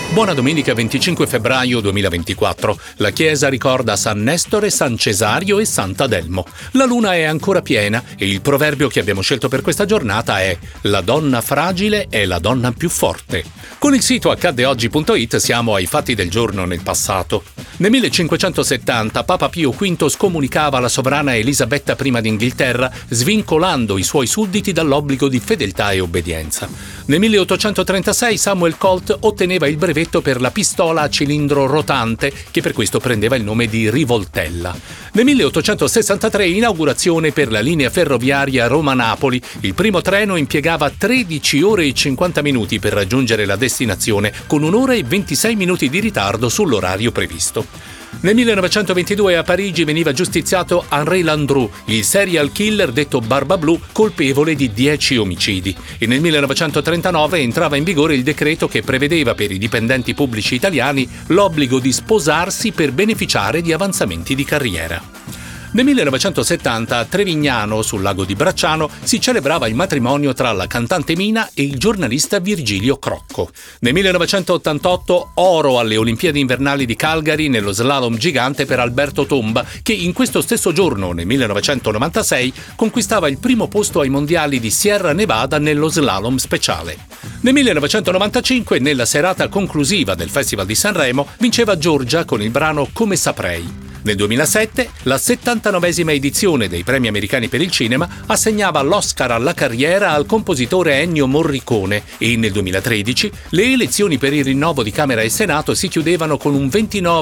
Buona domenica 25 febbraio 2024. La Chiesa ricorda San Nestore, San Cesario e Sant'Adelmo. La luna è ancora piena e il proverbio che abbiamo scelto per questa giornata è: la donna fragile è la donna più forte. Con il sito accaddeoggi.it siamo ai fatti del giorno nel passato. Nel 1570 Papa Pio V scomunicava la sovrana Elisabetta I d'Inghilterra, svincolando i suoi sudditi dall'obbligo di fedeltà e obbedienza. Nel 1836 Samuel Colt otteneva il brevetto per la pistola a cilindro rotante, che per questo prendeva il nome di rivoltella. Nel 1863 inaugurazione per la linea ferroviaria Roma-Napoli. Il primo treno impiegava 13 ore e 50 minuti per raggiungere la destinazione, con 1 ora e 26 minuti di ritardo sull'orario previsto. Nel 1922 a Parigi veniva giustiziato Henri Landru, il serial killer detto Barba Blu, colpevole di 10 omicidi. E nel 1939 entrava in vigore il decreto che prevedeva per i dipendenti pubblici italiani l'obbligo di sposarsi per beneficiare di avanzamenti di carriera. Nel 1970 a Trevignano, sul lago di Bracciano, si celebrava il matrimonio tra la cantante Mina e il giornalista Virgilio Crocco. Nel 1988 oro alle Olimpiadi invernali di Calgary nello slalom gigante per Alberto Tomba, che in questo stesso giorno, nel 1996, conquistava il primo posto ai mondiali di Sierra Nevada nello slalom speciale. Nel 1995, nella serata conclusiva del Festival di Sanremo, vinceva Giorgia con il brano Come Saprei. Nel 2007, la 79esima edizione dei Premi Americani per il Cinema assegnava l'Oscar alla carriera al compositore Ennio Morricone e nel 2013 le elezioni per il rinnovo di Camera e Senato si chiudevano con un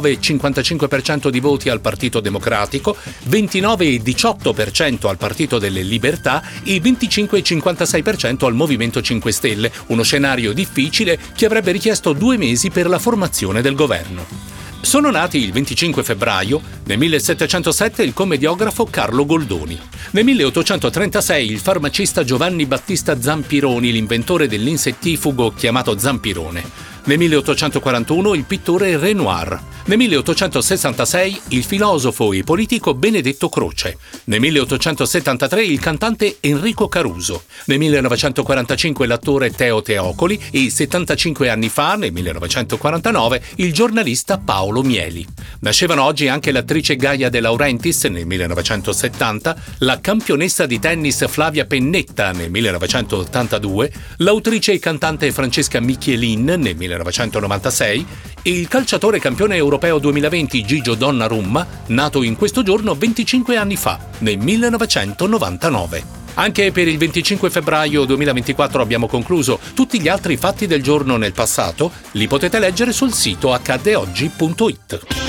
29,55% di voti al Partito Democratico, 29,18% al Partito delle Libertà e 25,56% al Movimento 5 Stelle, uno scenario difficile che avrebbe richiesto 2 mesi per la formazione del governo. Sono nati il 25 febbraio, nel 1707 il commediografo Carlo Goldoni. Nel 1836 il farmacista Giovanni Battista Zampironi, l'inventore dell'insettifugo chiamato Zampirone. Nel 1841 il pittore Renoir. Nel 1866 il filosofo e politico Benedetto Croce. Nel 1873 il cantante Enrico Caruso. Nel 1945 l'attore Teo Teocoli e 75 anni fa, nel 1949, il giornalista Paolo Mieli. Nascevano oggi anche l'attrice Gaia De Laurentiis nel 1970, la campionessa di tennis Flavia Pennetta nel 1982, l'autrice e cantante Francesca Michelin nel 1996 e il calciatore campione europeo 2020 Gigio Donnarumma, nato in questo giorno 25 anni fa, nel 1999. Anche per il 25 febbraio 2024 abbiamo concluso. Tutti gli altri fatti del giorno nel passato li potete leggere sul sito accaddeoggi.it.